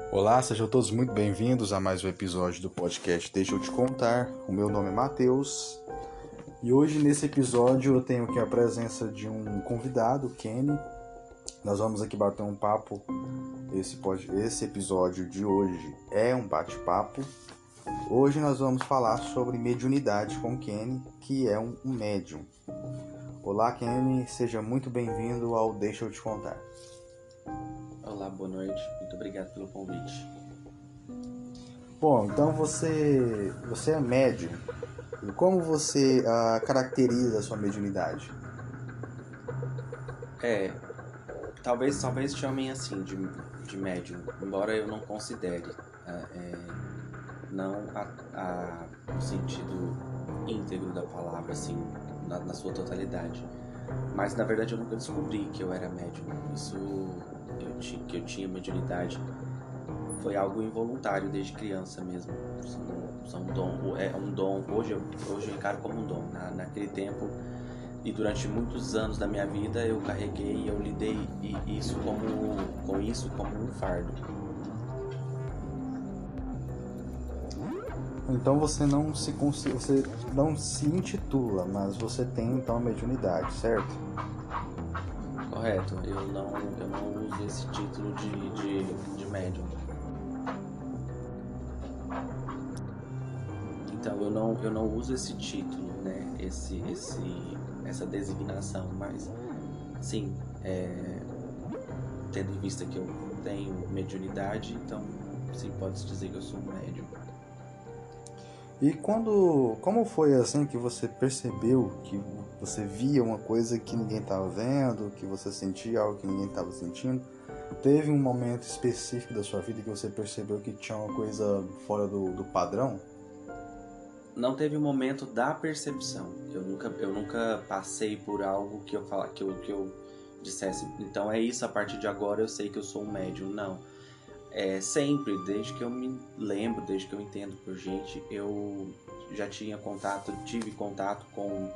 Olá, sejam todos muito bem-vindos a mais um episódio do podcast Deixa eu te contar. O meu nome é Matheus e hoje nesse episódio eu tenho aqui a presença de um convidado, Kenny. Nós vamos aqui bater um papo. Esse episódio de hoje é um bate-papo. Hoje nós vamos falar sobre mediunidade com Kenny, que é um médium. Olá, Kenny, seja muito bem-vindo ao Deixa eu te contar. Olá, boa noite. Muito obrigado pelo convite. Bom, então você é médium. E como você caracteriza a sua mediunidade? Talvez chamem assim de médium, embora eu não considere, não no sentido íntegro da palavra, assim, na sua totalidade. Mas na verdade eu nunca descobri que eu era médium. Que eu tinha mediunidade foi algo involuntário desde criança mesmo. É um dom. Hoje eu encaro como um dom. Naquele tempo e durante muitos anos da minha vida eu carreguei e eu lidei com isso como um fardo. Então você não se intitula, mas você tem então a mediunidade, certo? Correto, eu não uso esse título de médium. Então eu não uso esse título, né? Essa designação, mas sim, tendo em vista que eu tenho mediunidade, então sim, pode-se dizer que eu sou um médium. E como foi assim que você percebeu que você via uma coisa que ninguém estava vendo, que você sentia algo que ninguém estava sentindo? Teve um momento específico da sua vida que você percebeu que tinha uma coisa fora do padrão? Não teve um momento da percepção. Eu nunca passei por algo que eu dissesse, então é isso, a partir de agora eu sei que eu sou um médium. Não. Sempre, desde que eu me lembro, desde que eu entendo por gente, eu já tive contato com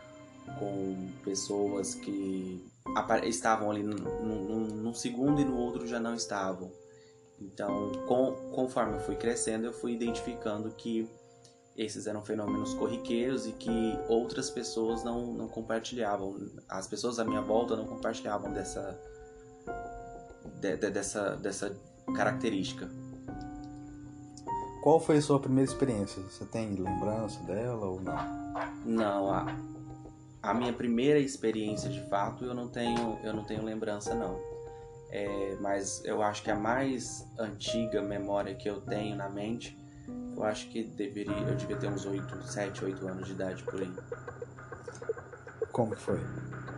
pessoas que estavam ali num segundo e no outro já não estavam. Então, conforme eu fui crescendo, eu fui identificando que esses eram fenômenos corriqueiros e que outras pessoas não compartilhavam. As pessoas à minha volta não compartilhavam dessa característica. Qual foi a sua primeira experiência? Você tem lembrança dela ou não? Não, a minha primeira experiência de fato eu não tenho lembrança não. Mas eu acho que a mais antiga memória que eu tenho na mente, eu acho que eu devia ter uns 7, 8 anos de idade por aí. Como que foi?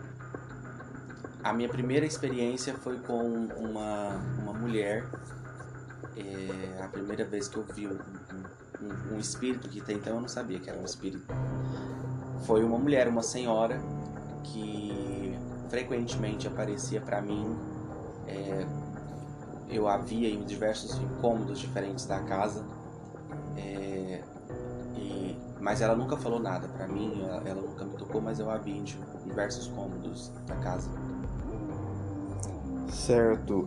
A minha primeira experiência foi com uma mulher. A primeira vez que eu vi um espírito, que até então eu não sabia que era um espírito, foi uma mulher, uma senhora, que frequentemente aparecia para mim. Eu a via em diversos cômodos diferentes da casa, mas ela nunca falou nada para mim, ela nunca me tocou, mas eu a vi em diversos cômodos da casa. Certo.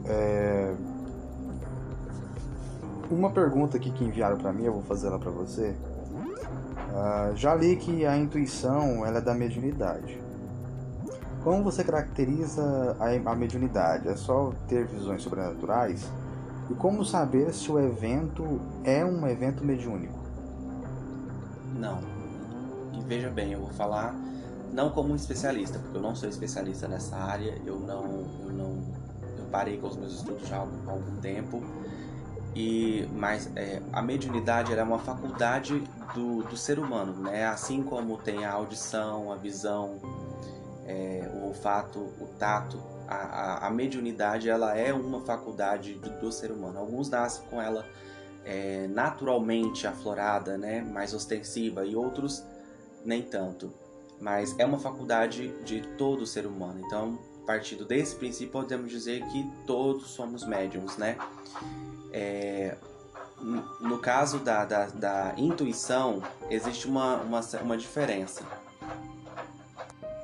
Uma pergunta aqui que enviaram para mim, eu vou fazer ela para você. Já li que a intuição ela é da mediunidade. Como você caracteriza a mediunidade? É só ter visões sobrenaturais? E como saber se o evento é um evento mediúnico? Não. E veja bem, eu vou falar não como um especialista, porque eu não sou especialista nessa área. Eu parei com os meus estudos já há algum tempo. Mas a mediunidade ela é uma faculdade do ser humano, né? Assim como tem a audição, a visão, o olfato, o tato, a mediunidade ela é uma faculdade do ser humano. Alguns nascem com ela naturalmente aflorada, né? Mais ostensiva, e outros nem tanto. Mas é uma faculdade de todo ser humano. Então, partindo desse princípio, podemos dizer que todos somos médiums, né? No caso da intuição, existe uma diferença.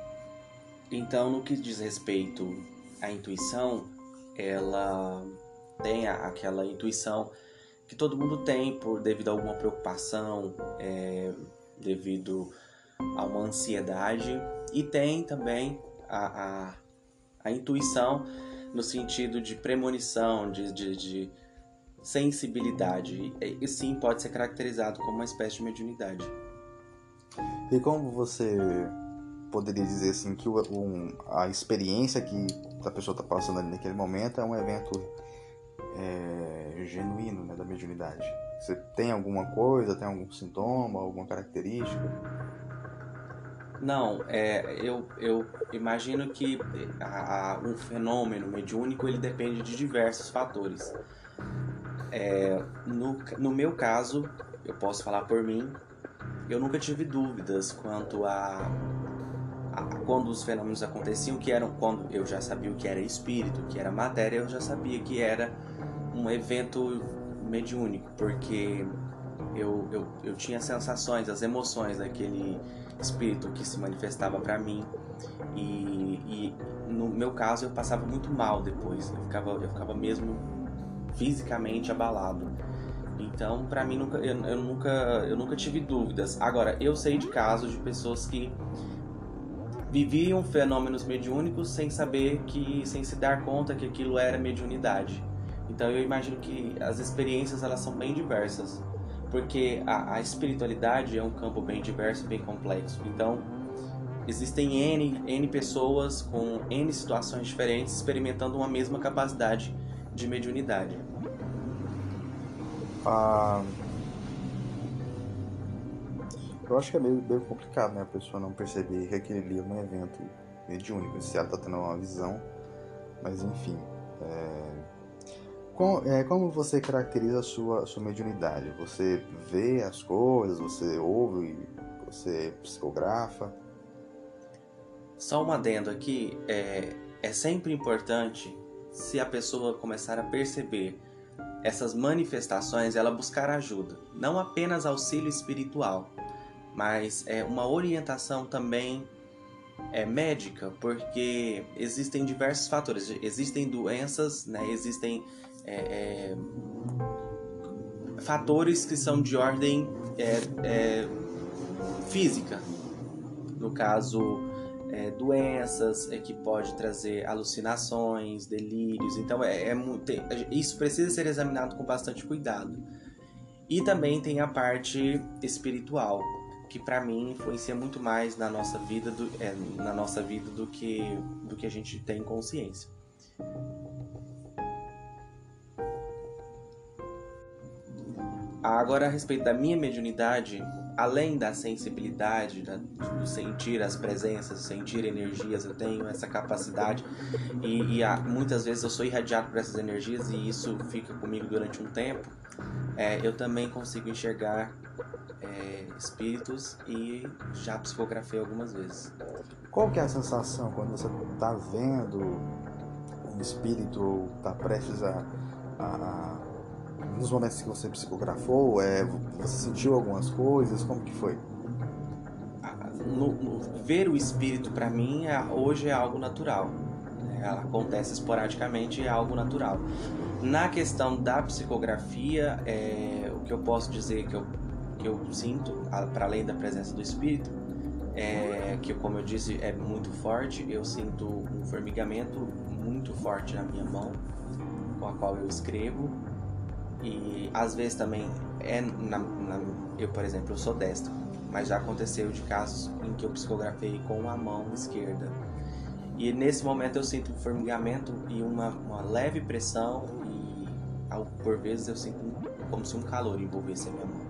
Então, no que diz respeito à intuição, ela tem aquela intuição que todo mundo tem devido a alguma preocupação, devido a uma ansiedade, e tem também a intuição no sentido de premonição, de sensibilidade, e sim pode ser caracterizado como uma espécie de mediunidade. E como você poderia dizer assim que a experiência que a pessoa está passando ali naquele momento é um evento genuíno, né, da mediunidade? Você tem alguma coisa, tem algum sintoma, alguma característica? Não, eu imagino que um fenômeno mediúnico ele depende de diversos fatores. No meu caso, eu posso falar por mim, eu nunca tive dúvidas quanto a quando os fenômenos aconteciam, que eram quando eu já sabia o que era espírito, o que era matéria, eu já sabia que era um evento mediúnico, porque eu tinha sensações, as emoções daquele espírito que se manifestava para mim, e no meu caso eu passava muito mal depois, eu ficava mesmo fisicamente abalado. Então, para mim, eu nunca tive dúvidas. Agora, eu sei de casos de pessoas que viviam fenômenos mediúnicos sem se dar conta que aquilo era mediunidade. Então, eu imagino que as experiências elas são bem diversas, porque a espiritualidade é um campo bem diverso, bem complexo. Então, existem N pessoas com N situações diferentes experimentando uma mesma capacidade de mediunidade. Eu acho que é meio complicado, né? A pessoa não perceber que aquele ali é um evento mediúnico, se ela está tendo uma visão, mas enfim. Como você caracteriza a sua mediunidade? Você vê as coisas, você ouve, você psicografa? Só um adendo aqui, é sempre importante, se a pessoa começar a perceber essas manifestações, ela buscar ajuda. Não apenas auxílio espiritual, mas uma orientação também médica, porque existem diversos fatores. Existem doenças, né? Existem fatores que são de ordem física. No caso, doenças que pode trazer alucinações, delírios. Então, isso precisa ser examinado com bastante cuidado. E também tem a parte espiritual, que para mim influencia muito mais na nossa vida do que a gente tem consciência. Agora, a respeito da minha mediunidade, além da sensibilidade, do sentir as presenças, sentir energias, eu tenho essa capacidade e muitas vezes eu sou irradiado por essas energias e isso fica comigo durante um tempo. Eu também consigo enxergar espíritos e já psicografei algumas vezes. Qual que é a sensação quando você está vendo um espírito ou está prestes nos momentos que você psicografou, você sentiu algumas coisas? Como que foi? Ver o espírito para mim hoje é algo natural. Ela acontece esporadicamente, é algo natural. Na questão da psicografia, o que eu posso dizer que eu sinto, para além da presença do espírito, que, como eu disse, é muito forte. Eu sinto um formigamento muito forte na minha mão, com a qual eu escrevo. E às vezes também eu, por exemplo, eu sou destro, mas já aconteceu de casos em que eu psicografei com a mão esquerda. E nesse momento eu sinto um formigamento e uma leve pressão e por vezes eu sinto como se um calor envolvesse a minha mão.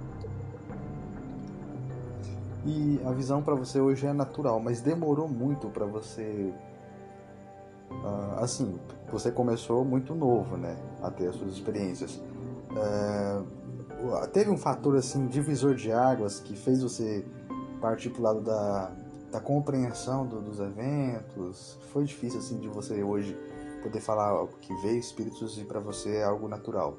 E a visão para você hoje é natural, mas demorou muito para você... assim, você começou muito novo, né, a ter as suas experiências. Teve um fator assim divisor de águas que fez você partir pro lado da compreensão dos eventos? Foi difícil assim de você hoje poder falar que veio espíritos e para você é algo natural?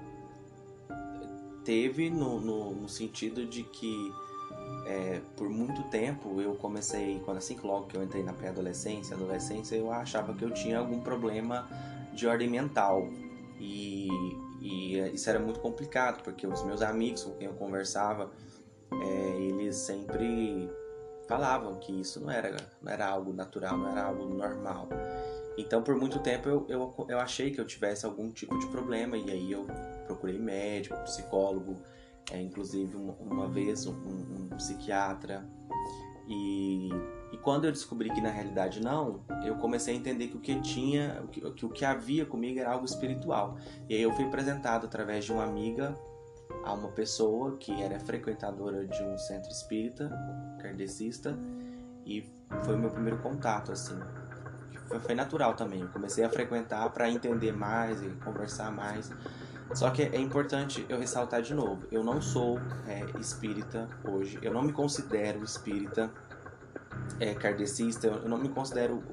Teve no sentido de que por muito tempo eu comecei, logo que eu entrei na adolescência, eu achava que eu tinha algum problema de ordem mental. E isso era muito complicado, porque os meus amigos com quem eu conversava, eles sempre falavam que isso não era algo natural, não era algo normal. Então, por muito tempo, eu achei que eu tivesse algum tipo de problema, e aí eu procurei médico, psicólogo, inclusive uma vez um psiquiatra. E quando eu descobri que na realidade não, eu comecei a entender que o que havia comigo era algo espiritual. E aí eu fui apresentado através de uma amiga a uma pessoa que era frequentadora de um centro espírita, kardecista, e foi o meu primeiro contato, assim. Foi natural também, eu comecei a frequentar para entender mais e conversar mais. Só que é importante eu ressaltar de novo, eu não sou espírita hoje, eu não me considero espírita, kardecista, eu não me considero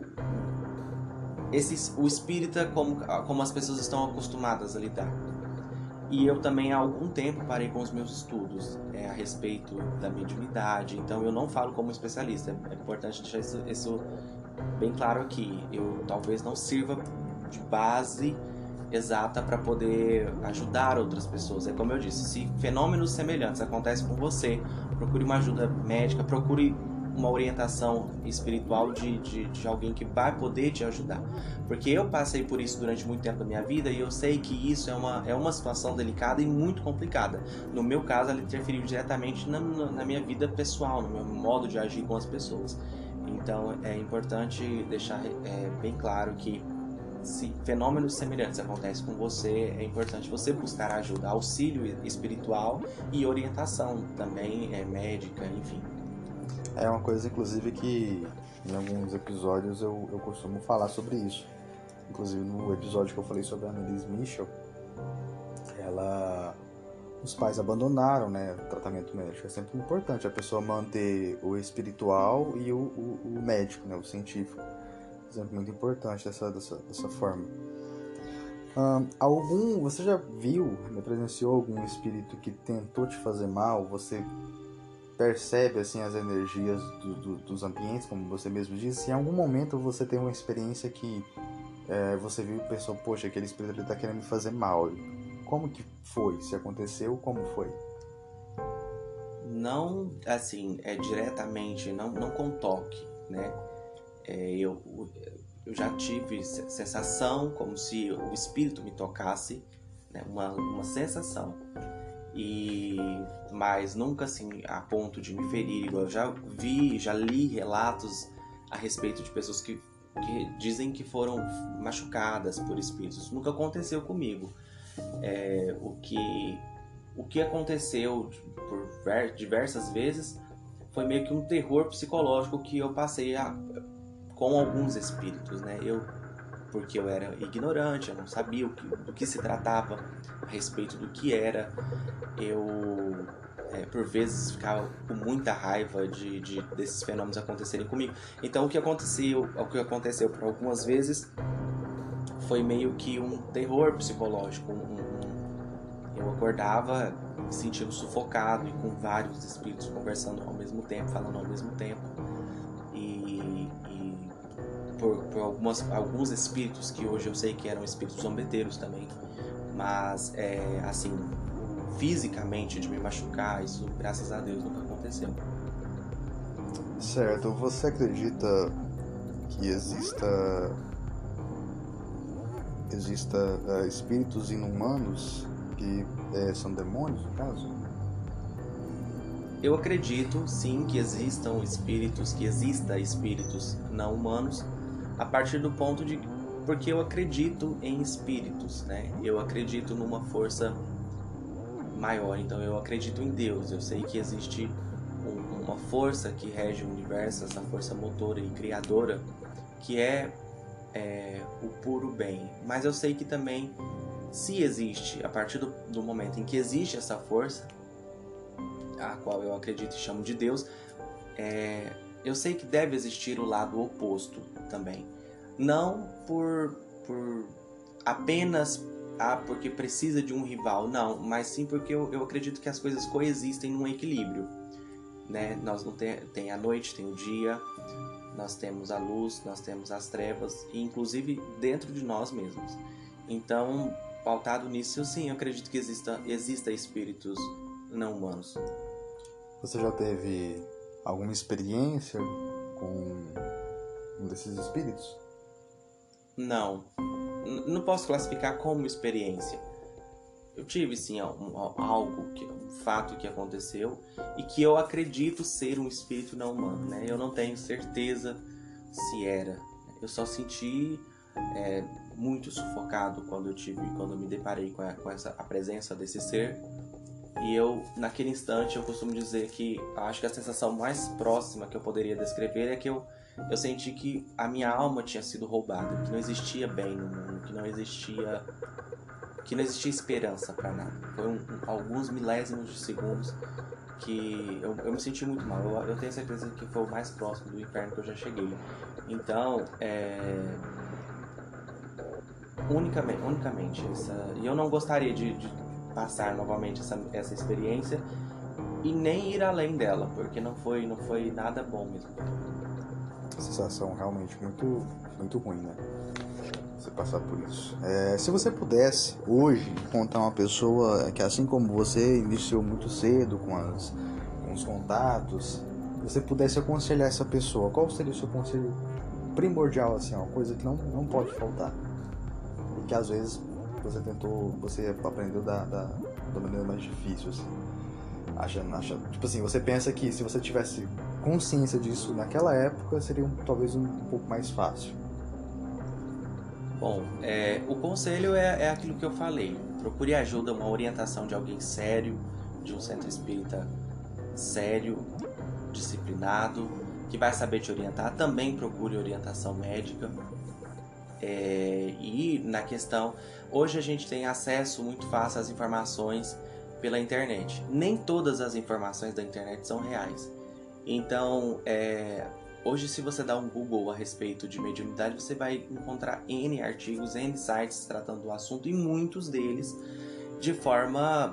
o espírita como as pessoas estão acostumadas a lidar. E eu também há algum tempo parei com os meus estudos a respeito da mediunidade, então eu não falo como especialista, é importante deixar isso bem claro aqui. Eu talvez não sirva de base exata para poder ajudar outras pessoas. É como eu disse, se fenômenos semelhantes acontecem com você, procure uma ajuda médica, procure uma orientação espiritual de alguém que vai poder te ajudar. Porque eu passei por isso durante muito tempo da minha vida e eu sei que isso é uma situação delicada e muito complicada. No meu caso, ela interferiu diretamente na minha vida pessoal, no meu modo de agir com as pessoas. Então é importante deixar bem claro que se fenômenos semelhantes acontecem com você, é importante você buscar ajuda, auxílio espiritual e orientação também médica, enfim. É uma coisa, inclusive, que em alguns episódios eu costumo falar sobre isso. Inclusive no episódio que eu falei sobre a Annelise Michel, os pais abandonaram, né, o tratamento médico. É sempre importante a pessoa manter o espiritual e o médico, né, o científico. É sempre muito importante dessa forma. Você já viu, presenciou algum espírito que tentou te fazer mal? Você percebe assim as energias dos ambientes, como você mesmo disse? Se em algum momento você tem uma experiência que você viu e pensou, poxa, aquele espírito está querendo me fazer mal. Como que foi? Se aconteceu, como foi? Não, assim, diretamente, não com toque, né? Eu já tive sensação como se o espírito me tocasse, né? Uma sensação. Mas nunca assim a ponto de me ferir. Eu já li relatos a respeito de pessoas que dizem que foram machucadas por espíritos. Isso nunca aconteceu comigo. O que aconteceu por diversas vezes foi meio que um terror psicológico que eu passei com alguns espíritos, né? Porque eu era ignorante, eu não sabia do que se tratava, a respeito do que era. Eu, por vezes, ficava com muita raiva desses fenômenos acontecerem comigo. Então, o que aconteceu por algumas vezes foi meio que um terror psicológico. Eu acordava me sentindo sufocado e com vários espíritos conversando ao mesmo tempo, falando ao mesmo tempo. Por alguns espíritos que hoje eu sei que eram espíritos zombeteiros também, mas assim, fisicamente de me machucar, isso graças a Deus nunca aconteceu. Certo, você acredita que exista espíritos inumanos que são demônios, no caso? Eu acredito sim que exista espíritos não humanos, a partir do ponto de porque eu acredito em espíritos, né? Eu acredito numa força maior, então eu acredito em Deus. Eu sei que existe uma força que rege o universo, essa força motora e criadora, que é o puro bem. Mas eu sei que também, se existe, a partir do momento em que existe essa força, a qual eu acredito e chamo de Deus, eu sei que deve existir o lado oposto também. Não por apenas porque precisa de um rival, não, mas sim porque eu acredito que as coisas coexistem num equilíbrio, né? Nós não tem a noite, tem o dia, nós temos a luz, nós temos as trevas, e inclusive dentro de nós mesmos. Então, pautado nisso, sim, eu acredito que exista espíritos não humanos. Você já teve alguma experiência com um desses espíritos? Não. Não posso classificar como experiência. Eu tive, sim, um fato que aconteceu e que eu acredito ser um espírito não humano, né? Eu não tenho certeza se era. Eu só senti muito sufocado quando eu me deparei com a presença desse ser. E naquele instante, eu costumo dizer que acho que a sensação mais próxima que eu poderia descrever é que eu senti que a minha alma tinha sido roubada, que não existia bem no mundo, que não existia esperança para nada. Foi alguns milésimos de segundos que eu me senti muito mal. Eu tenho certeza que foi o mais próximo do inferno que eu já cheguei. Então, unicamente e eu não gostaria de passar novamente essa experiência e nem ir além dela, porque não foi nada bom mesmo. Sensação realmente muito, muito ruim, né? Você passar por isso. Se você pudesse hoje encontrar uma pessoa que, assim como você, iniciou muito cedo com os contatos, você pudesse aconselhar essa pessoa, qual seria o seu conselho primordial, assim, uma coisa que não pode faltar? E que às vezes você aprendeu da maneira mais difícil, assim. Tipo assim, você pensa que se você tivesse consciência disso naquela época, seria talvez um pouco mais fácil. Bom, o conselho é aquilo que eu falei. Procure ajuda, uma orientação de alguém sério, de um centro espírita sério, disciplinado, que vai saber te orientar. Também procure orientação médica. E na questão, hoje a gente tem acesso muito fácil às informações pela internet. Nem todas as informações da internet são reais. Então, hoje, se você dá um Google a respeito de mediunidade, você vai encontrar N artigos, N sites tratando do assunto, e muitos deles de forma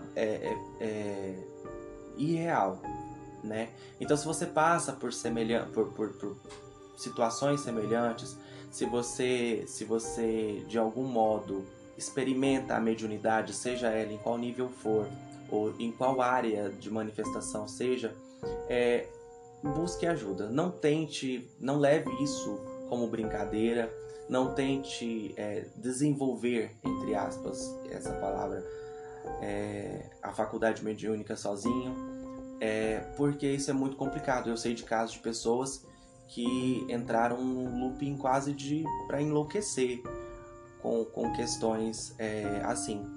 irreal, né? Então, se você passa por situações semelhantes, se você de algum modo experimenta a mediunidade, seja ela em qual nível for, ou em qual área de manifestação seja, busque ajuda. Não leve isso como brincadeira, não tente desenvolver, entre aspas, essa palavra, a faculdade mediúnica sozinho, porque isso é muito complicado. Eu sei de casos de pessoas que entraram num looping quase para enlouquecer com questões assim.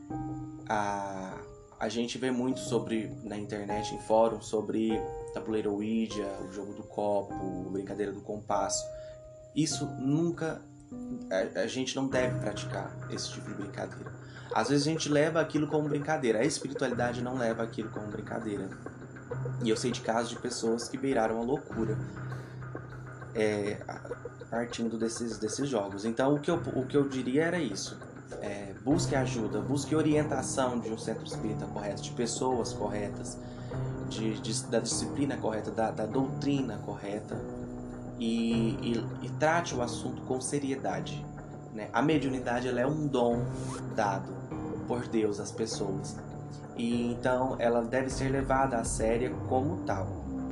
A gente vê muito na internet, em fóruns, sobre tabuleiro Ouija, o jogo do copo, a brincadeira do compasso. Isso nunca... A gente não deve praticar esse tipo de brincadeira. Às vezes a gente leva aquilo como brincadeira. A espiritualidade não leva aquilo como brincadeira. E eu sei de casos de pessoas que beiraram a loucura partindo desses jogos. Então o que eu diria era isso. Busque ajuda, busque orientação de um centro espírita correto, de pessoas corretas, da disciplina correta, da doutrina correta, e trate o assunto com seriedade, né? A mediunidade, ela é um dom dado por Deus às pessoas, e então ela deve ser levada a sério como tal.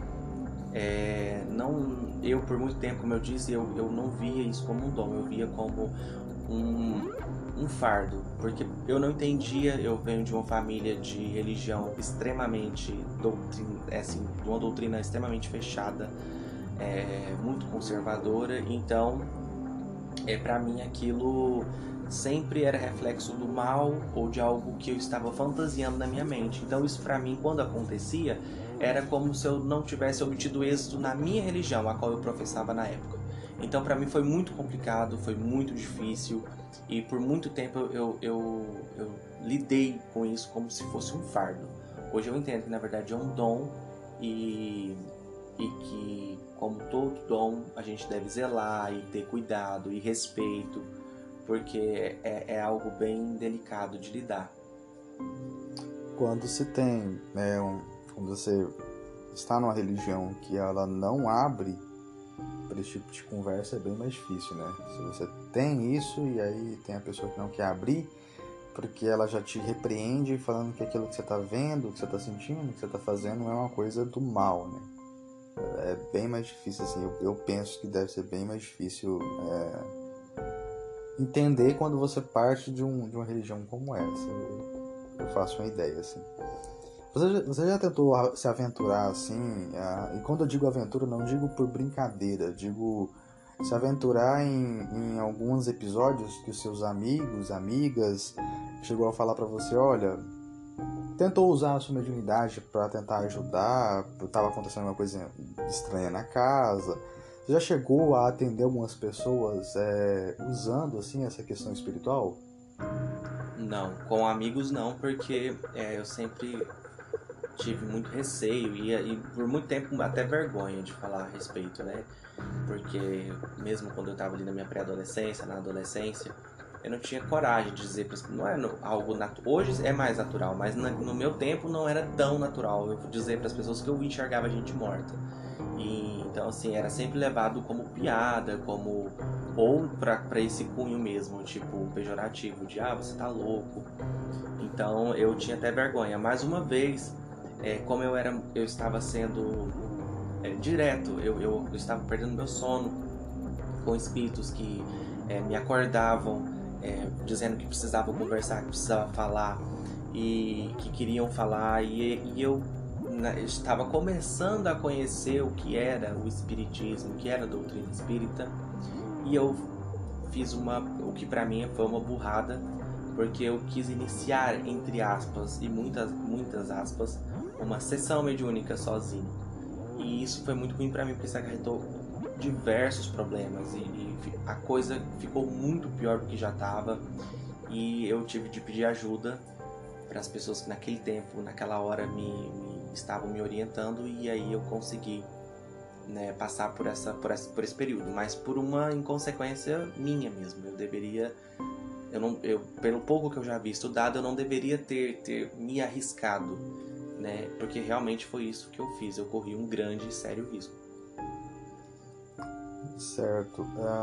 Eu por muito tempo, como eu disse, eu não via isso como um dom, eu via como um fardo, porque eu não entendia. Eu venho de uma família de religião extremamente de uma doutrina extremamente fechada, muito conservadora. Então, para mim aquilo sempre era reflexo do mal ou de algo que eu estava fantasiando na minha mente. Então isso, para mim, quando acontecia, era como se eu não tivesse obtido êxito na minha religião, a qual eu professava na época. Então, para mim foi muito complicado, foi muito difícil, e por muito tempo eu lidei com isso como se fosse um fardo. Hoje eu entendo que na verdade é um dom, e que, como todo dom, a gente deve zelar e ter cuidado e respeito, porque é algo bem delicado de lidar. Quando se tem, quando você está numa religião que ela não abre para esse tipo de conversa, é bem mais difícil, né? Se você tem isso e aí tem a pessoa que não quer abrir porque ela já te repreende falando que aquilo que você tá vendo, que você tá sentindo, que você tá fazendo não é uma coisa do mal, né? É bem mais difícil, assim, eu penso que deve ser bem mais difícil entender quando você parte de uma religião como essa. Eu faço uma ideia, assim. Você já tentou se aventurar, assim, e quando eu digo aventura, não digo por brincadeira, digo se aventurar em alguns episódios que os seus amigos, amigas, chegou a falar pra você, olha, tentou usar a sua mediunidade pra tentar ajudar, tava acontecendo uma coisa estranha na casa. Você já chegou a atender algumas pessoas usando, assim, essa questão espiritual? Não, com amigos não, porque eu sempre tive muito receio e por muito tempo até vergonha de falar a respeito, né? Porque mesmo quando eu estava ali na minha pré-adolescência, na adolescência, eu não tinha coragem de dizer para as pessoas, não é algo natural. Hoje é mais natural, mas no meu tempo não era tão natural eu dizer para as pessoas que eu enxergava gente morta. E então assim, era sempre levado como piada, como ou para esse cunho mesmo, tipo pejorativo, de você tá louco. Então eu tinha até vergonha. Mais uma vez, como eu estava sendo direto, eu estava perdendo meu sono com espíritos que me acordavam, dizendo que precisavam conversar, que precisava falar e que queriam falar, e eu estava começando a conhecer o que era o espiritismo, o que era a doutrina espírita, e eu fiz o que para mim foi uma burrada, porque eu quis iniciar, entre aspas, e muitas aspas, uma sessão mediúnica sozinho. E isso foi muito ruim para mim, porque isso acarretou diversos problemas e a coisa ficou muito pior do que já estava. E eu tive de pedir ajuda para as pessoas que naquele tempo, naquela hora, estavam me orientando, e aí eu consegui, né, passar por esse período, mas por uma inconsequência minha mesmo. Pelo pouco que eu já havia estudado, eu não deveria ter me arriscado, né? Porque realmente foi isso que eu fiz. Eu corri um grande e sério risco. Certo.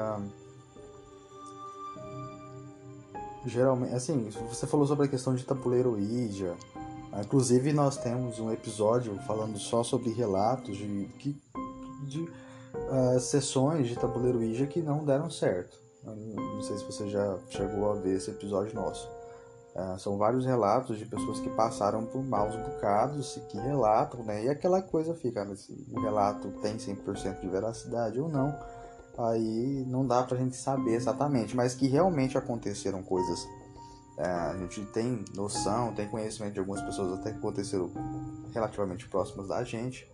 Geralmente, assim, você falou sobre a questão de tabuleiro Ouija. Inclusive, nós temos um episódio falando só sobre relatos de sessões de tabuleiro Ouija que não deram certo. Não sei se você já chegou a ver esse episódio nosso. São vários relatos de pessoas que passaram por maus bocados e que relatam, né? E aquela coisa fica, né? Se o relato tem 100% de veracidade ou não, aí não dá pra gente saber exatamente, mas que realmente aconteceram coisas. A gente tem noção, tem conhecimento de algumas pessoas até que aconteceram relativamente próximas da gente.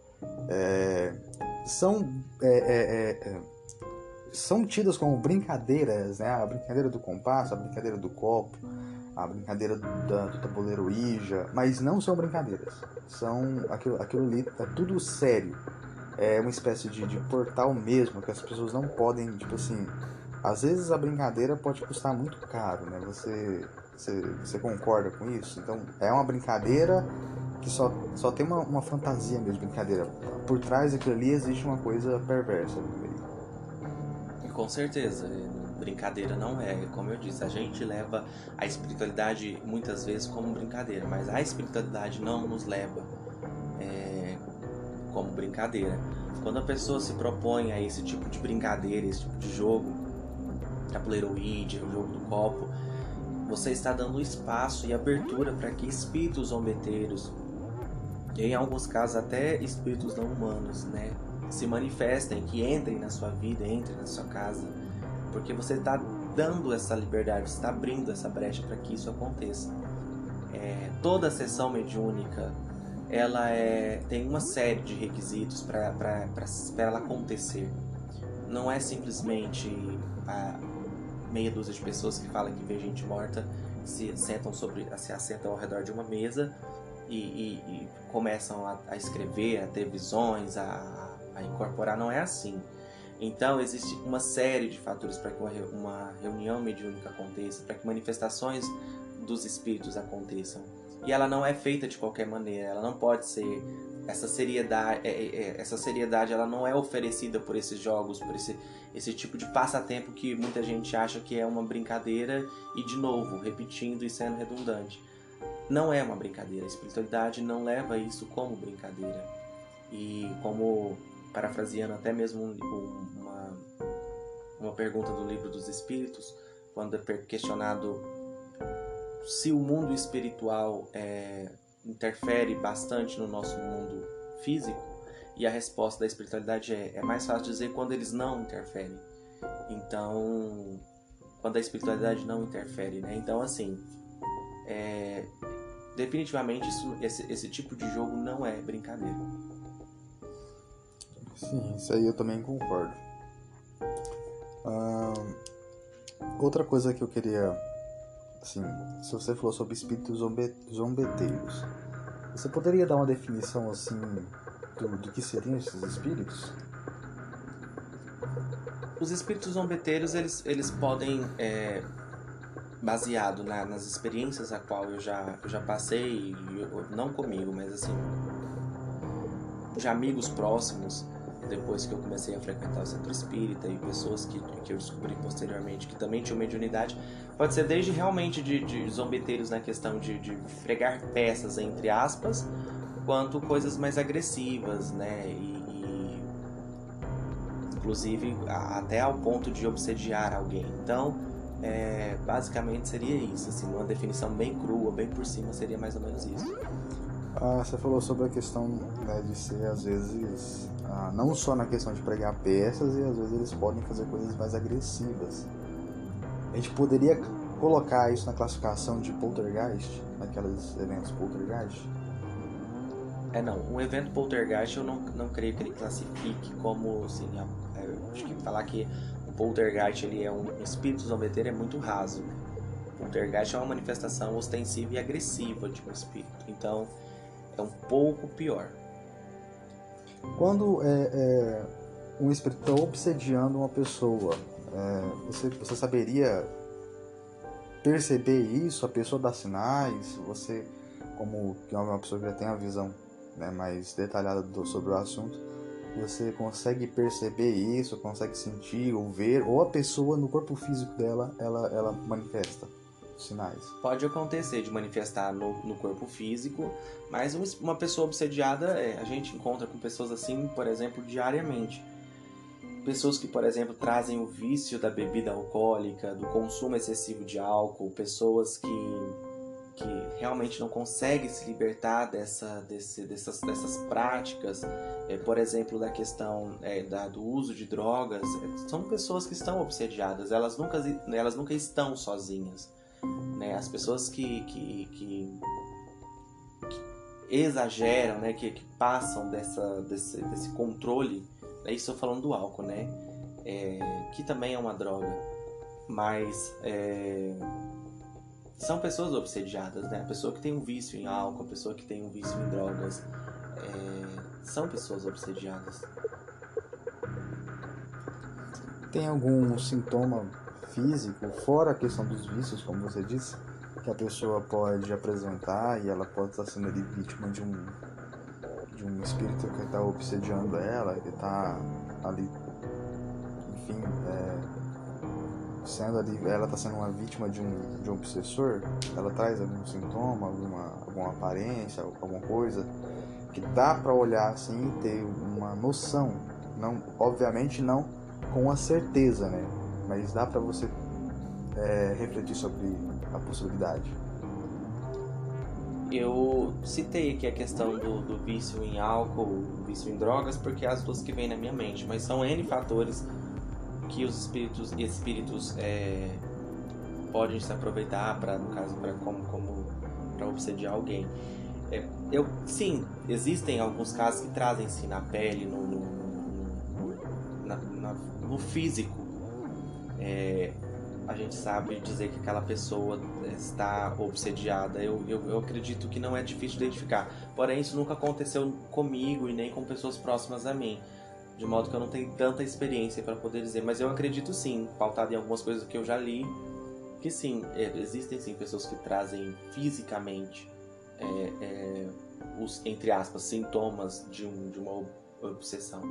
São tidas como brincadeiras, né? A brincadeira do compasso, a brincadeira do copo, a brincadeira do tabuleiro Ouija, mas não são brincadeiras. São aquilo ali, é tudo sério. É uma espécie de portal mesmo, que as pessoas não podem, tipo assim, às vezes a brincadeira pode custar muito caro, né? Você concorda com isso? Então, é uma brincadeira que só tem uma fantasia mesmo, brincadeira. Por trás daquilo ali existe uma coisa perversa. Com certeza, brincadeira não é. Como eu disse, a gente leva a espiritualidade muitas vezes como brincadeira, mas a espiritualidade não nos leva como brincadeira. Quando a pessoa se propõe a esse tipo de brincadeira, esse tipo de jogo, tabuleiro Ouija, o jogo do copo, você está dando espaço e abertura para que espíritos zombeteiros, e em alguns casos até espíritos não humanos, né, se manifestem, que entrem na sua vida, entrem na sua casa, porque você está dando essa liberdade, você está abrindo essa brecha para que isso aconteça. Toda sessão mediúnica, ela tem uma série de requisitos para ela acontecer. Não é simplesmente a meia dúzia de pessoas que falam que vê gente morta se assentam ao redor de uma mesa e começam a escrever, a ter visões, a incorporar. Não é assim. Então existe uma série de fatores para que uma reunião mediúnica aconteça, para que manifestações dos espíritos aconteçam. E ela não é feita de qualquer maneira, ela não pode ser essa seriedade ela não é oferecida por esses jogos, por esse tipo de passatempo que muita gente acha que é uma brincadeira e, de novo, repetindo e sendo redundante. Não é uma brincadeira, a espiritualidade não leva isso como brincadeira. E como, parafraseando até mesmo uma pergunta do Livro dos Espíritos, quando é questionado se o mundo espiritual interfere bastante no nosso mundo físico, e a resposta da espiritualidade é mais fácil dizer quando eles não interferem. Então, quando a espiritualidade não interfere, né? Então, assim, definitivamente esse tipo de jogo não é brincadeira. Sim, isso aí eu também concordo. Outra coisa que eu queria, assim, se você falou sobre espíritos zombeteiros, você poderia dar uma definição, assim, do que seriam esses espíritos? Os espíritos zombeteiros, eles podem, baseado nas experiências a qual eu já passei, não comigo, mas assim, de amigos próximos, depois que eu comecei a frequentar o centro espírita, e pessoas que eu descobri posteriormente que também tinham mediunidade, pode ser desde realmente de zombeteiros na questão de pregar peças, entre aspas, quanto coisas mais agressivas, né, e inclusive até ao ponto de obsediar alguém. Então, basicamente seria isso, assim, uma definição bem crua, bem por cima, seria mais ou menos isso. Você falou sobre a questão, né, de ser, às vezes, não só na questão de pregar peças, e às vezes eles podem fazer coisas mais agressivas. A gente poderia colocar isso na classificação de poltergeist, naqueles eventos poltergeist? Não, um evento poltergeist eu não creio que ele classifique como, assim, acho que falar que o poltergeist ele é um espírito zombeteiro é muito raso. O poltergeist é uma manifestação ostensiva e agressiva de um espírito, então é um pouco pior. Quando um espírito está obsediando uma pessoa, você saberia perceber isso? A pessoa dá sinais? Você, como que é uma pessoa que já tem a visão, né, mais detalhada sobre o assunto, você consegue perceber isso, consegue sentir ou ver, ou a pessoa no corpo físico dela, ela manifesta sinais? Pode acontecer de manifestar no corpo físico, mas uma pessoa obsediada, a gente encontra com pessoas assim, por exemplo, diariamente. Pessoas que, por exemplo, trazem o vício da bebida alcoólica, do consumo excessivo de álcool, pessoas que realmente não conseguem se libertar dessas práticas, por exemplo, da questão do uso de drogas. São pessoas que estão obsediadas, elas nunca estão sozinhas, né? As pessoas que exageram, né? que passam desse controle, isso estou falando do álcool, né? Que também é uma droga, mas são pessoas obsediadas, né? A pessoa que tem um vício em álcool, a pessoa que tem um vício em drogas, são pessoas obsediadas. Tem algum sintoma físico, fora a questão dos vícios, como você disse, que a pessoa pode apresentar, e ela pode estar sendo ali vítima de um espírito que está obsediando ela, que está ali, enfim, ela está sendo uma vítima de um obsessor? Ela traz algum sintoma, alguma aparência, alguma coisa que dá para olhar assim e ter uma noção, não, obviamente não com a certeza, né? Mas dá para você refletir sobre a possibilidade. Eu citei aqui a questão do vício em álcool, vício em drogas, porque é as duas que vêm na minha mente, mas são N fatores que os espíritos podem se aproveitar para, no caso, para obsediar alguém. Sim, existem alguns casos que trazem sim na pele, no físico. A gente sabe dizer que aquela pessoa está obsediada. Eu acredito que não é difícil de identificar. Porém, isso nunca aconteceu comigo e nem com pessoas próximas a mim, de modo que eu não tenho tanta experiência para poder dizer. Mas eu acredito sim, pautado em algumas coisas que eu já li, que sim, existem sim pessoas que trazem fisicamente os, entre aspas, sintomas de uma obsessão.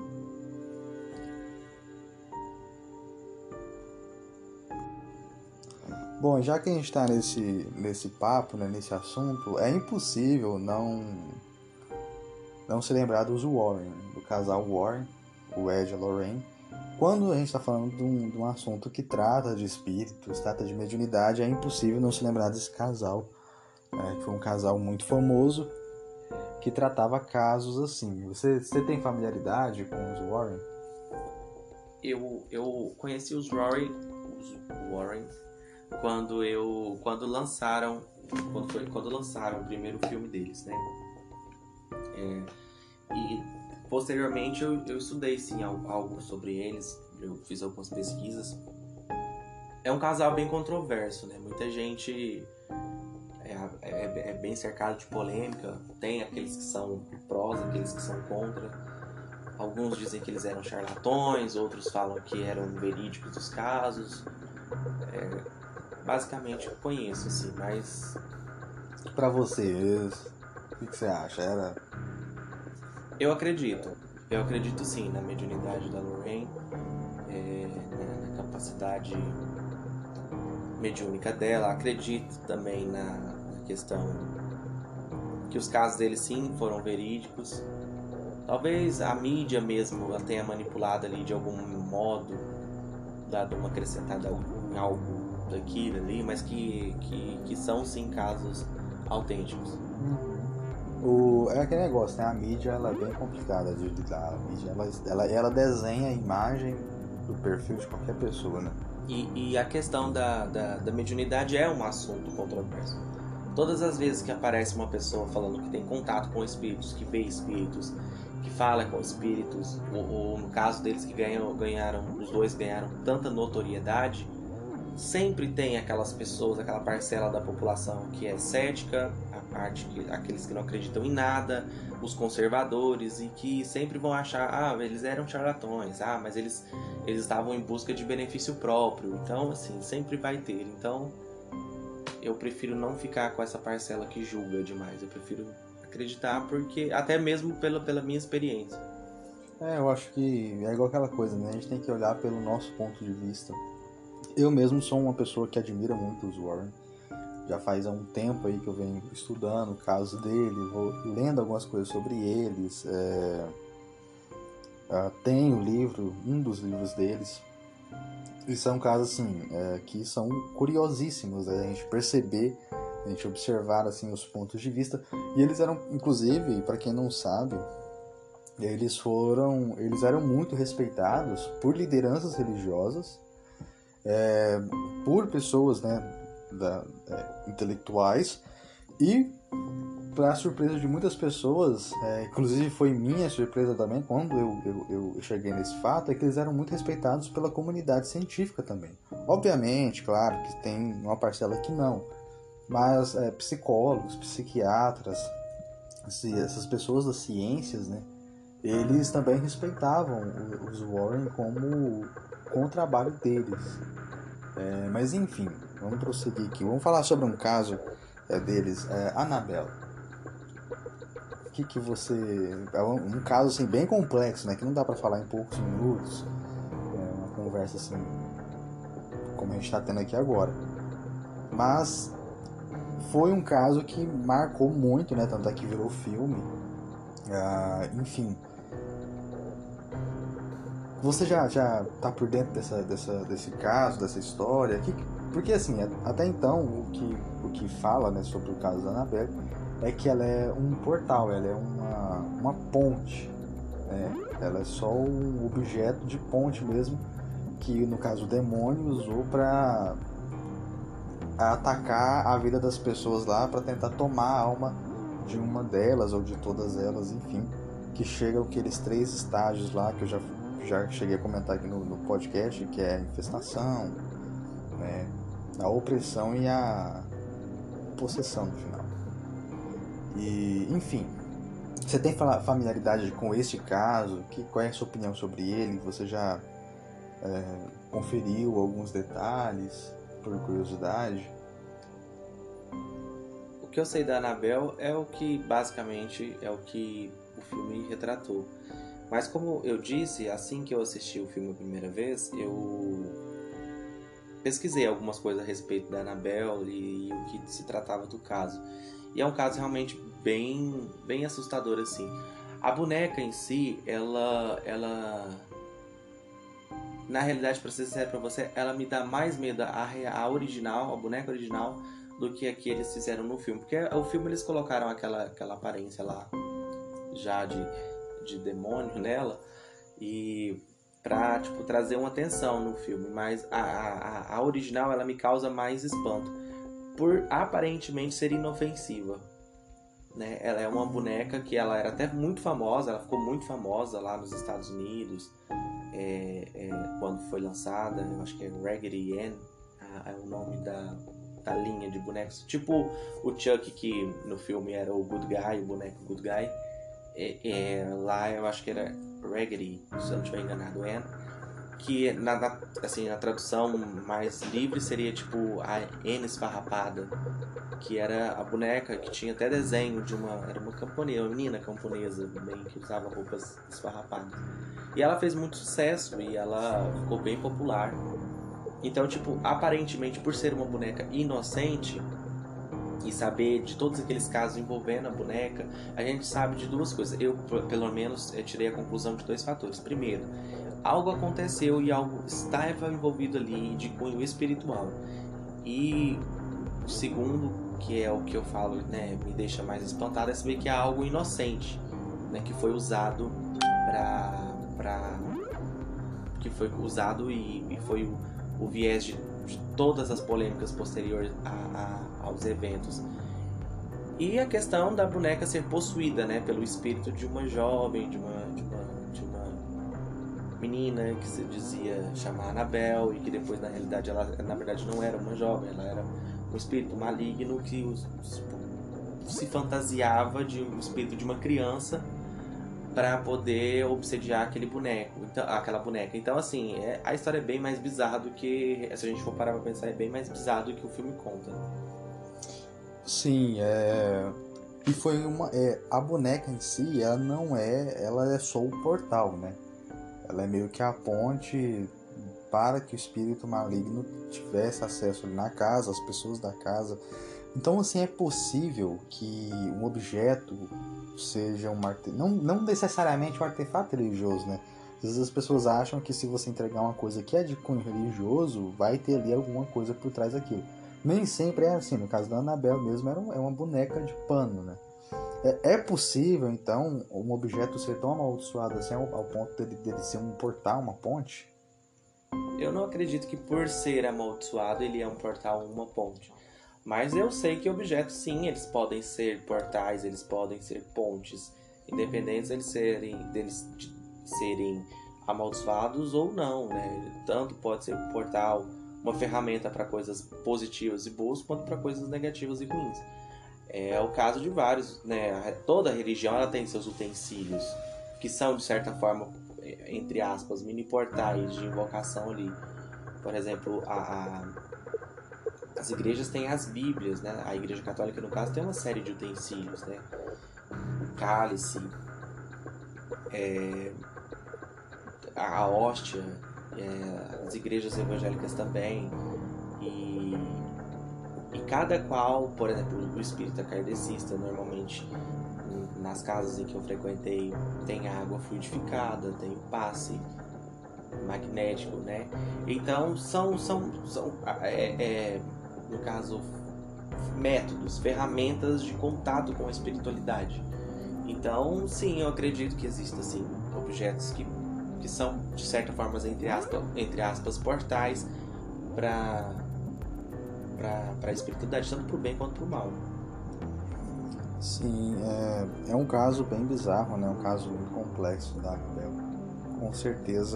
Bom, já que a gente está nesse papo, né, nesse assunto, é impossível não se lembrar dos Warren, do casal Warren, o Ed e a Lorraine. Quando a gente está falando de um assunto que trata de espíritos, trata de mediunidade, é impossível não se lembrar desse casal, que foi um casal muito famoso, que tratava casos assim. Você tem familiaridade com os Warren? Eu conheci os Warren quando lançaram o primeiro filme deles, né? E posteriormente eu estudei sim algo sobre eles, eu fiz algumas pesquisas. É um casal bem controverso, né? Muita gente é bem cercado de polêmica. Tem aqueles que são prós, aqueles que são contra. Alguns dizem que eles eram charlatões, outros falam que eram verídicos dos casos. Basicamente eu conheço, assim, mas... Pra vocês, o que você acha? Eu acredito sim na mediunidade da Lorraine, na capacidade mediúnica dela. Acredito também na questão que os casos dele sim foram verídicos. Talvez a mídia mesmo a tenha manipulado ali de algum modo, dado uma acrescentada em algo daqui ali, mas que são sim casos autênticos. É aquele negócio, né? A mídia ela é bem complicada de lidar. A mídia ela desenha a imagem do perfil de qualquer pessoa, né? E a questão da mediunidade é um assunto controverso. Todas as vezes que aparece uma pessoa falando que tem contato com espíritos, que vê espíritos, que fala com espíritos, ou no caso deles que os dois ganharam tanta notoriedade, sempre tem aquelas pessoas, aquela parcela da população que é cética, aqueles que não acreditam em nada, os conservadores, e que sempre vão achar, eles eram charlatões, mas eles estavam em busca de benefício próprio. Então, assim, sempre vai ter. Então, eu prefiro não ficar com essa parcela que julga demais. Eu prefiro acreditar, porque até mesmo pela minha experiência. Eu acho que é igual aquela coisa, né? A gente tem que olhar pelo nosso ponto de vista. Eu mesmo sou uma pessoa que admira muito os Warren. Já faz um tempo aí que eu venho estudando o caso dele, vou lendo algumas coisas sobre eles. Tenho um dos livros deles. E são casos assim, que são curiosíssimos, né? A gente perceber, a gente observar assim, os pontos de vista. E eles eram, inclusive, para quem não sabe, eles eram muito respeitados por lideranças religiosas, por pessoas, né, intelectuais, e para surpresa de muitas pessoas, inclusive foi minha surpresa também quando eu cheguei nesse fato, é que eles eram muito respeitados pela comunidade científica também. Obviamente, claro que tem uma parcela que não, mas psicólogos, psiquiatras, essas pessoas das ciências, né, eles também respeitavam os Warren com o trabalho deles. Mas enfim, vamos prosseguir aqui. Vamos falar sobre um caso deles, Annabelle. O que você... É um caso assim, bem complexo, né? Que não dá pra falar em poucos minutos. É uma conversa assim, como a gente tá tendo aqui agora. Mas foi um caso que marcou muito, né? Tanto é que virou filme. Enfim... Você já tá por dentro desse caso, dessa história? Porque assim, até então, o que fala, né, sobre o caso da Annabelle é que ela é um portal, ela é uma ponte, né? Ela é só um objeto de ponte mesmo, que no caso o demônio usou para atacar a vida das pessoas lá, para tentar tomar a alma de uma delas ou de todas elas, enfim, que chega aqueles 3 estágios lá que eu já cheguei a comentar aqui no podcast, que é a infestação, né, a opressão e a possessão no final. E, enfim, você tem familiaridade com este caso? Qual é a sua opinião sobre ele? Você já O que eu sei da Annabelle é o que, basicamente, é o que o filme retratou. Mas como eu disse, assim que eu assisti o filme a primeira vez, eu pesquisei algumas coisas a respeito da Annabelle e o que se tratava do caso. E é um caso realmente bem assustador, assim. A boneca em si, ela na realidade, pra ser sincero pra você, ela me dá mais medo a original, a boneca original, do que a que eles fizeram no filme. Porque o filme eles colocaram aquela aparência lá, já de demônio nela, e pra, tipo, trazer uma tensão no filme. Mas a original, ela me causa mais espanto, por aparentemente ser inofensiva. Né? Ela é uma boneca que ela era até muito famosa, ela ficou muito famosa lá nos Estados Unidos, quando foi lançada. Eu acho que é Raggedy Ann, é o nome da linha de bonecos, tipo o Chuck, que no filme era o Good Guy, o boneco Good Guy. Lá eu acho que era Raggedy, se eu não estiver enganado, Ann, que assim, na tradução mais livre seria tipo a Anne esfarrapada, que era a boneca que tinha até desenho era uma camponesa, uma menina camponesa bem, que usava roupas esfarrapadas. E ela fez muito sucesso e ela ficou bem popular. Então, tipo, aparentemente, por ser uma boneca inocente e saber de todos aqueles casos envolvendo a boneca, a gente sabe de duas coisas. Eu, pelo menos, tirei a conclusão de dois fatores. Primeiro, algo aconteceu e algo estava envolvido ali de cunho espiritual. E o segundo, que é o que eu falo, né, me deixa mais espantado, é saber que é algo inocente, né, que foi usado que foi usado e foi o viés de todas as polêmicas posteriores aos eventos. E a questão da boneca ser possuída, né, pelo espírito de uma jovem, de uma menina que se dizia chamar Annabelle, e que depois na realidade ela na verdade não era uma jovem, ela era um espírito maligno que se fantasiava de um espírito de uma criança para poder obsediar aquela boneca. Então, assim, a história é bem mais bizarra do que, se a gente for parar pra pensar, é bem mais bizarra do que o filme conta. Sim, e foi a boneca em si, ela é só o portal, né? Ela é meio que a ponte para que o espírito maligno tivesse acesso ali na casa, as pessoas da casa. Então, assim, é possível que um objeto seja não necessariamente um artefato religioso, né? Às vezes as pessoas acham que se você entregar uma coisa que é de cunho religioso, vai ter ali alguma coisa por trás daquilo. Nem sempre é assim. No caso da Annabelle mesmo, é uma boneca de pano, né? É possível, então, um objeto ser tão amaldiçoado assim ao ponto dele ser um portal, uma ponte? Eu não acredito que por ser amaldiçoado ele é um portal ou uma ponte. Mas eu sei que objetos, sim, eles podem ser portais, eles podem ser pontes, independentes deles serem amaldiçoados ou não, né? Tanto pode ser um portal, uma ferramenta para coisas positivas e boas, quanto para coisas negativas e ruins. É o caso de vários, né? Toda religião ela tem seus utensílios, que são, de certa forma, entre aspas, mini portais de invocação ali. Por exemplo, as igrejas têm as bíblias, né? A igreja católica, no caso, tem uma série de utensílios, né? O cálice, a hóstia, as igrejas evangélicas também. E cada qual, por exemplo, o espírita kardecista, normalmente nas casas em que eu frequentei, tem água fluidificada, tem o passe magnético, né? Então são no caso, métodos, ferramentas de contato com a espiritualidade. Então, sim, eu acredito que existam assim, objetos que são, de certa forma, entre aspas portais para a espiritualidade, tanto pro bem quanto pro mal. Sim, é um caso bem bizarro, né? Um caso muito complexo da Annabelle. Com certeza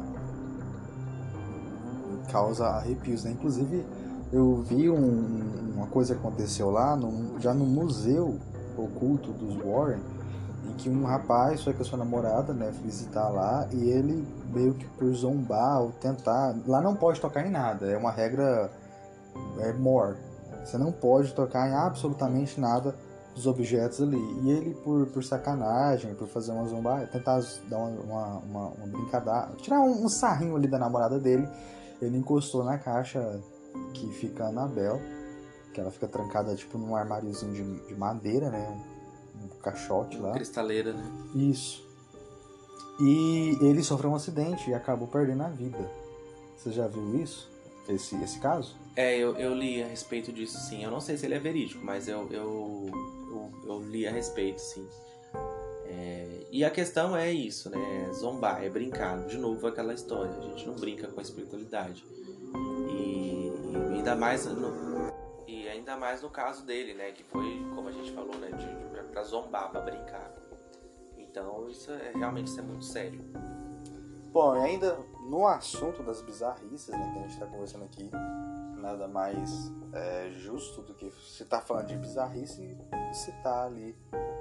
causa arrepios, né? Inclusive, eu vi uma coisa que aconteceu lá, já no museu oculto dos Warren, em que um rapaz foi com a sua namorada, né, visitar lá, e ele meio que por zombar ou tentar... Lá não pode tocar em nada, é uma regra Moore. Você não pode tocar em absolutamente nada dos objetos ali. E ele, por sacanagem, por fazer uma zomba, tentar dar uma brincadeira, tirar um sarrinho ali da namorada dele, ele encostou na caixa que fica a Annabelle, que ela fica trancada tipo num armáriozinho de madeira, né? Um caixote lá. Cristaleira, né? Isso. E ele sofreu um acidente e acabou perdendo a vida. Você já viu isso? Esse caso? Eu li a respeito disso, sim. Eu não sei se ele é verídico, mas eu li a respeito, sim. E a questão é isso, né? Zombar, é brincar. De novo, aquela história. A gente não brinca com a espiritualidade. E ainda mais no caso dele, né? Que foi, como a gente falou, né? Pra zombar, pra brincar. Então, isso é muito sério. Bom, e ainda no assunto das bizarrices, né, que a gente está conversando aqui, nada mais justo do que você tá falando de bizarrice e citar ali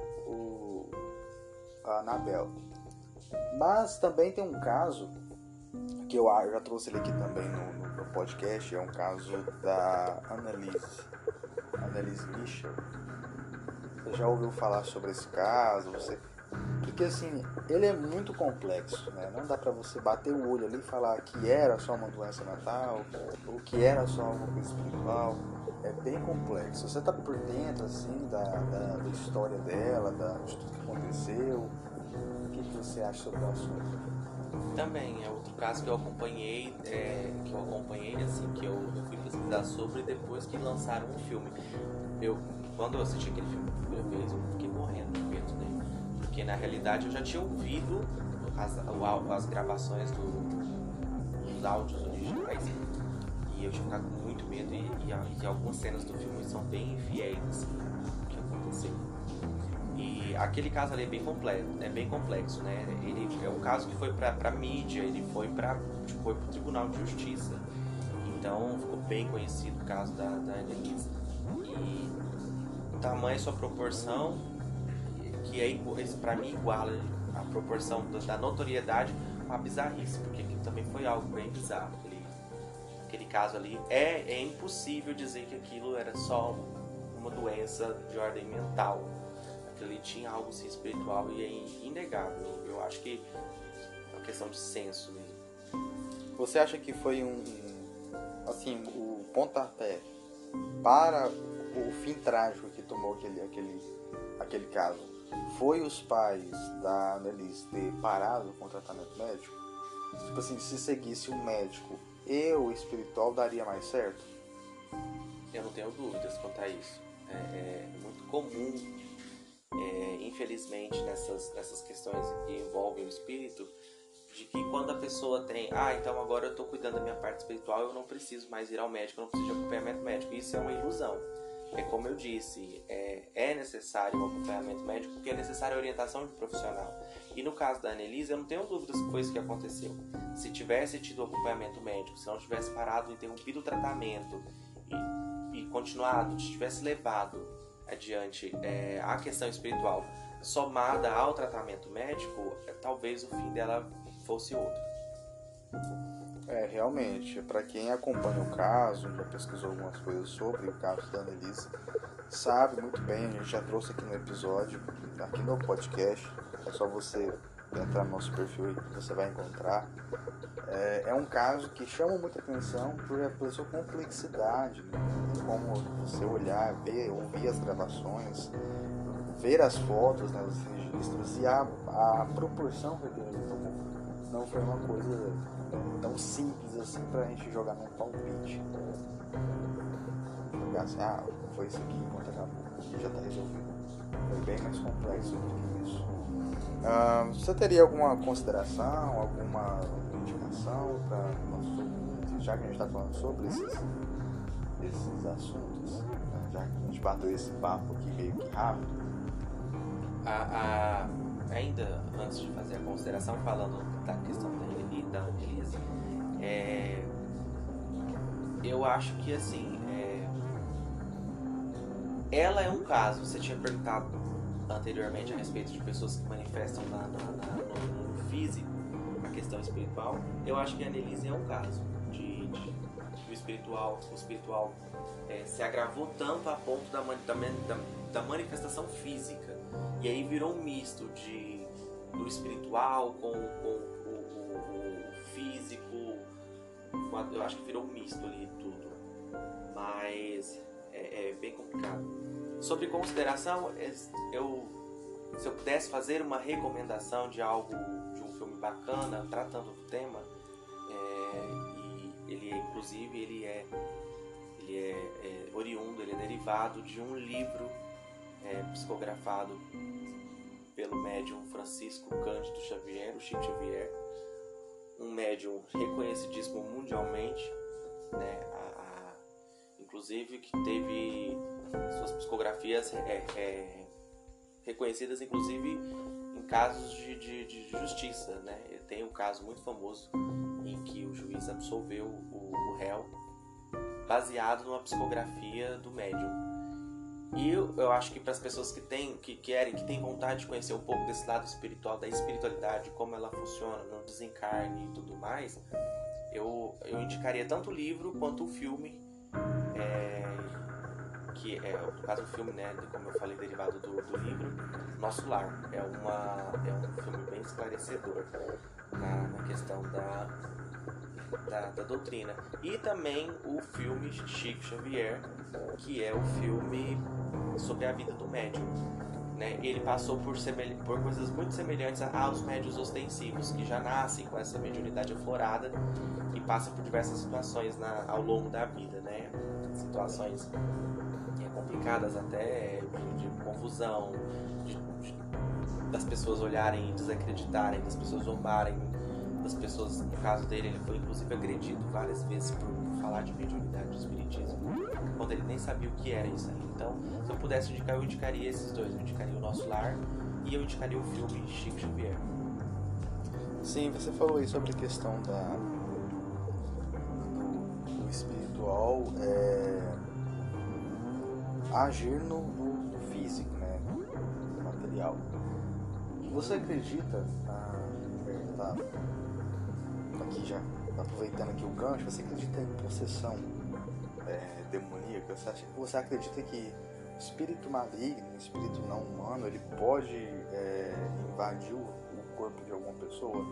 a Annabelle. Mas também tem um caso que eu já trouxe ele aqui também no podcast, é um caso da Anneliese Michel. Você já ouviu falar sobre esse caso? Porque assim, ele é muito complexo, né? Não dá pra você bater o olho ali e falar que era só uma doença mental ou que era só alguma coisa espiritual. É bem complexo. Você tá por dentro, assim, da história dela, de tudo que aconteceu. O que você acha sobre o assunto? Também é outro caso que eu acompanhei, assim, que eu fui pesquisar sobre depois que lançaram um filme. Quando eu assisti aquele filme pela primeira vez, eu fiquei morrendo de medo, né? Porque na realidade eu já tinha ouvido as gravações dos áudios originais e eu tinha ficado com muito medo e algumas cenas do filme são bem fiéis assim, ao que aconteceu. E aquele caso ali é bem complexo, né? Ele é um caso que foi pra mídia, ele foi pro Tribunal de Justiça. Então ficou bem conhecido o caso da Anneliese. E tamanho sua proporção, que isso pra mim iguala a proporção da notoriedade com a bizarrice, porque aquilo também foi algo bem bizarro. Aquele caso ali, é impossível dizer que aquilo era só uma doença de ordem mental. Aquilo ali tinha algo assim, espiritual e é inegável. Eu acho que é uma questão de senso mesmo. Você acha que foi o pontapé para o fim trágico que tomou aquele caso? Foi os pais da Anneliese ter parado com o tratamento médico? Tipo assim, se seguisse um médico e o espiritual, daria mais certo? Eu não tenho dúvidas quanto a isso. É muito comum, infelizmente, nessas questões que envolvem o espírito, de que quando a pessoa tem, então agora eu estou cuidando da minha parte espiritual, eu não preciso mais ir ao médico, eu não preciso de acompanhamento médico. Isso é uma ilusão. É como eu disse, é necessário um acompanhamento médico porque é necessária a orientação de profissional. E no caso da Anneliese, eu não tenho dúvidas que foi isso que aconteceu. Se tivesse tido acompanhamento médico, se não tivesse parado, interrompido o tratamento e continuado, se tivesse levado adiante a questão espiritual somada ao tratamento médico, talvez o fim dela fosse outro. Realmente, para quem acompanha o caso, já pesquisou algumas coisas sobre o caso da Anneliese, sabe muito bem, a gente já trouxe aqui no episódio, aqui no podcast, é só você entrar no nosso perfil aí que você vai encontrar. É um caso que chama muita atenção pela sua complexidade, né? Tem como você olhar, ver, ouvir as gravações, ver as fotos, né, os registros e a proporção que ele tomou não foi uma coisa tão simples assim pra gente jogar num palpite. Jogar assim, foi isso aqui, enquanto acabou, já tá resolvido. Foi bem mais complexo do que isso. Você teria alguma consideração, alguma indicação para nossos ouvintes, já que a gente está falando sobre esses assuntos, né? Já que a gente bateu esse papo aqui meio que rápido? Ainda antes de fazer a consideração, falando da questão da Anneliese, eu acho que assim, ela é um caso. Você tinha perguntado anteriormente a respeito de pessoas que manifestam no físico a questão espiritual. Eu acho que a Anneliese é um caso de o o espiritual se agravou tanto a ponto da manifestação física. E aí virou um misto do espiritual com o físico. Eu acho que virou um misto ali tudo. Mas é bem complicado. Sobre consideração, se eu pudesse fazer uma recomendação de um filme bacana tratando do tema, e ele é oriundo, ele é derivado de um livro psicografado pelo médium Francisco Cândido Xavier, o Chico Xavier, um médium reconhecidíssimo mundialmente, né? Inclusive que teve suas psicografias reconhecidas, inclusive em casos de justiça, né? Tem um caso muito famoso em que o juiz absolveu o réu baseado numa psicografia do médium. E eu acho que para as pessoas que têm vontade de conhecer um pouco desse lado espiritual, da espiritualidade, como ela funciona no desencarne e tudo mais, eu indicaria tanto o livro quanto o filme, que no caso do filme, né, como eu falei, derivado do livro, Nosso Lar. É um filme bem esclarecedor na questão da doutrina. E também o filme Chico Xavier, que é o filme sobre a vida do médium, né? Ele passou por coisas muito semelhantes aos médiuns ostensivos, que já nascem com essa mediunidade aflorada e passam por diversas situações ao longo da vida, né? Situações complicadas até, de confusão, das pessoas olharem e desacreditarem, das pessoas zombarem, das pessoas, no caso dele, ele foi inclusive agredido várias vezes por falar de mediunidade, de espiritismo, quando ele nem sabia o que era isso aí. Então, se eu pudesse indicar, eu indicaria esses dois. Eu indicaria o Nosso Lar e eu indicaria o filme Chico Xavier. Sim, você falou aí sobre a questão do espiritual agir no físico, né, no material. Você acredita, aqui já aproveitando aqui o gancho, você acredita em possessão demoníaca? Você acredita que o espírito maligno, o espírito não humano, ele pode invadir o corpo de alguma pessoa?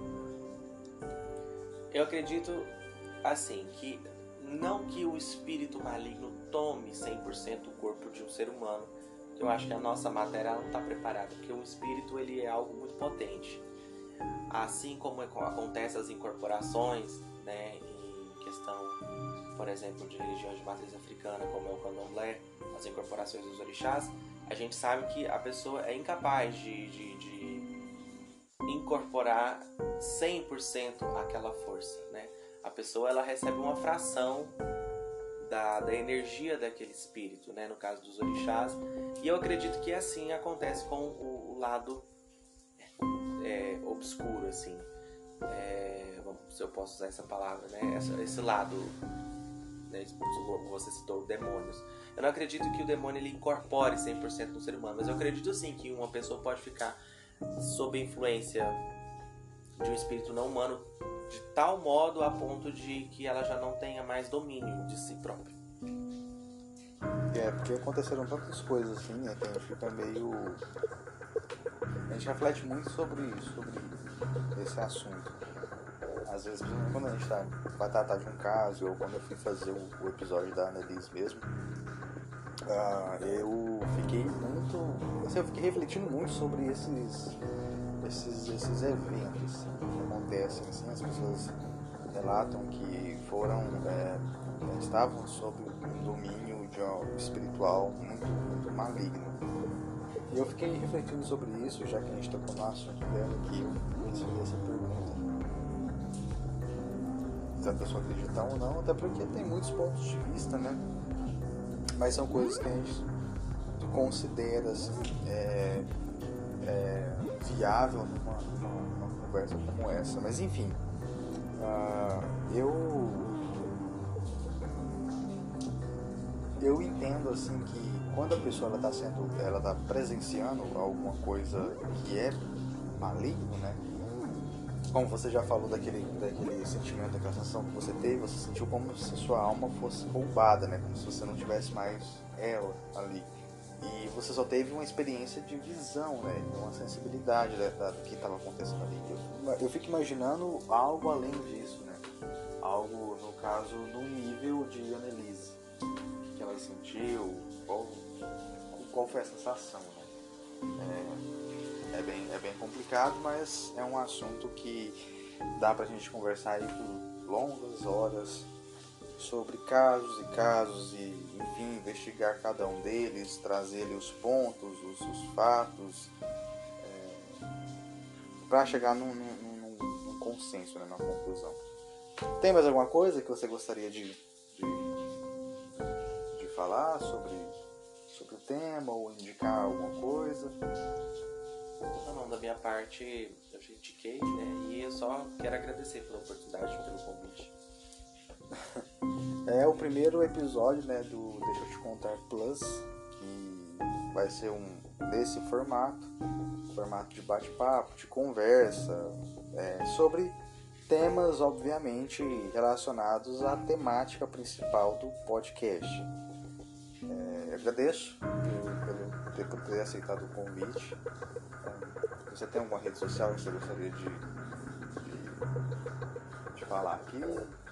Eu acredito assim, que não que o espírito maligno tome 100% o corpo de um ser humano. Eu acho que a nossa matéria não está preparada, porque o espírito ele é algo muito potente. Assim como acontecem as incorporações, né, em questão, por exemplo, de religiões de matriz africana, como é o candomblé, as incorporações dos orixás, a gente sabe que a pessoa é incapaz de incorporar 100% aquela força, né? A pessoa ela recebe uma fração da energia daquele espírito, né? No caso dos orixás. E eu acredito que assim acontece com o lado obscuro, assim. Se eu posso usar essa palavra, né? Esse lado, né? Você citou demônios. Eu não acredito que o demônio ele incorpore 100% no ser humano, mas eu acredito sim que uma pessoa pode ficar sob influência de um espírito não humano de tal modo a ponto de que ela já não tenha mais domínio de si própria. Porque aconteceram tantas coisas assim, né, que a gente fica meio... A gente reflete muito sobre esse assunto. Às vezes, quando a gente vai tratar de um caso, ou quando eu fui fazer o episódio da Annelise mesmo, eu fiquei refletindo muito sobre esses eventos que acontecem, assim, as pessoas relatam que estavam sob um domínio espiritual muito maligno. E eu fiquei refletindo sobre isso, já que a gente tocou no assunto dela aqui, eu fiz essa pergunta. Se a pessoa acreditar ou não, até porque tem muitos pontos de vista, né? Mas são coisas que a gente considera assim, viável numa conversa como essa. Mas enfim, eu entendo assim que quando a pessoa ela está presenciando alguma coisa que é maligno, né? como você já falou daquele sentimento, daquela sensação que você teve, você sentiu como se sua alma fosse roubada, né? Como se você não tivesse mais ela ali. E você só teve uma experiência de visão, né? Uma sensibilidade do que estava acontecendo ali. Eu fico imaginando algo além disso, né? Algo, no caso, no nível de Annelise. O que ela sentiu, qual foi a sensação, né? É bem complicado, mas é um assunto que dá pra gente conversar aí por longas horas sobre casos e casos e, enfim, investigar cada um deles, trazer ali os pontos, os fatos, para chegar num consenso, né, numa conclusão. Tem mais alguma coisa que você gostaria de falar sobre o tema ou indicar alguma coisa? Não, da minha parte eu já indiquei, né? E eu só quero agradecer pela oportunidade, pelo convite. É o primeiro episódio, né, do Deixa Eu Te Contar Plus, que vai ser desse formato de bate-papo, de conversa, sobre temas, obviamente, relacionados à temática principal do podcast. Agradeço por ter aceitado o convite. Você tem alguma rede social que você gostaria de falar aqui?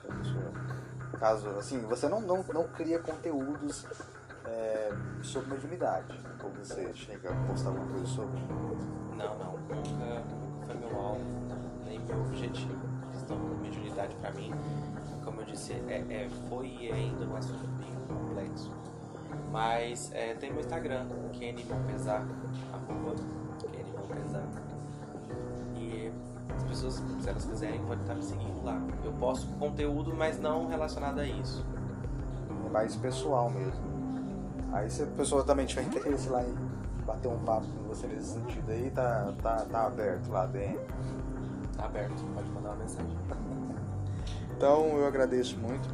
Caso, assim, você não cria conteúdos sobre mediunidade, ou você chega a postar alguma coisa sobre? Não, nunca foi meu alvo, nem meu objetivo. A questão da mediunidade pra mim, como eu disse, foi e ainda um assunto bem complexo. Mas tem meu Instagram, Kenny Malpesar, @Kenny Malpesar. E as pessoas, se elas quiserem, podem estar me seguindo lá. Eu posto conteúdo, mas não relacionado a isso. É mais pessoal mesmo. Aí se a pessoa também tiver interesse lá em bater um papo com você nesse sentido aí, tá aberto lá dentro. Tá aberto, pode mandar uma mensagem. Então eu agradeço muito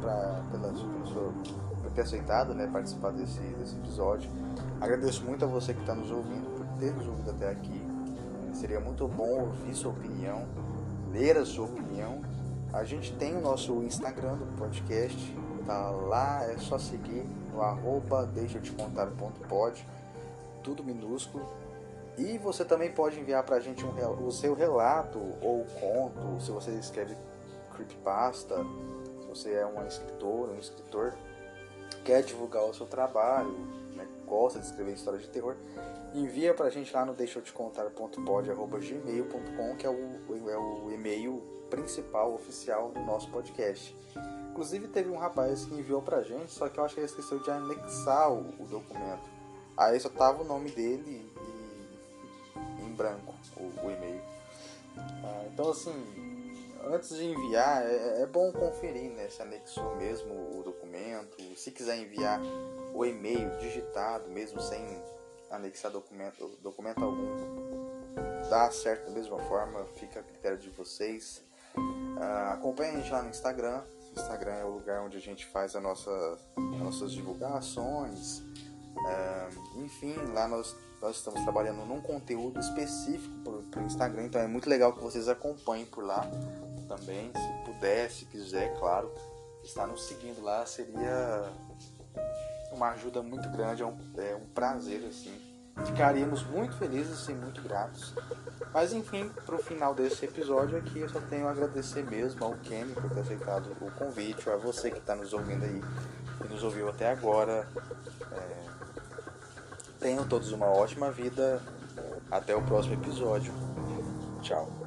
por ter aceitado, né, participar desse episódio. Agradeço muito a você que está nos ouvindo, por ter nos ouvido até aqui. Seria muito bom ouvir sua opinião, ler a sua opinião. A gente tem o nosso Instagram do podcast, tá lá, é só seguir no @deixaeutecontar.pod, tudo minúsculo. E você também pode enviar pra gente o seu relato ou conto, se você escreve creepypasta, se você é uma escritora, um escritor, quer divulgar o seu trabalho, né, gosta de escrever histórias de terror, envia pra gente lá no deixaeutecontar.pod@gmail.com, que é o e-mail principal, oficial do nosso podcast. Inclusive teve um rapaz que enviou pra gente, só que eu acho que ele esqueceu de anexar o documento. Aí só tava o nome dele e em branco o e-mail. Então assim, antes de enviar, é bom conferir, né, se anexou mesmo o documento. Se quiser enviar o e-mail digitado, mesmo sem anexar documento algum, dá certo da mesma forma, fica a critério de vocês. Acompanhe a gente lá no Instagram. O Instagram é o lugar onde a gente faz as nossas divulgações. Enfim, lá nós estamos trabalhando num conteúdo específico para o Instagram, então é muito legal que vocês acompanhem por lá também, se puder, se quiser, claro. Estar nos seguindo lá seria uma ajuda muito grande, é um prazer, assim. Ficaríamos muito felizes e muito gratos. Mas enfim, pro final desse episódio aqui, eu só tenho a agradecer mesmo ao Kenny por ter aceitado o convite, a você que está nos ouvindo aí e nos ouviu até agora. Tenham todos uma ótima vida. Até o próximo episódio. Tchau.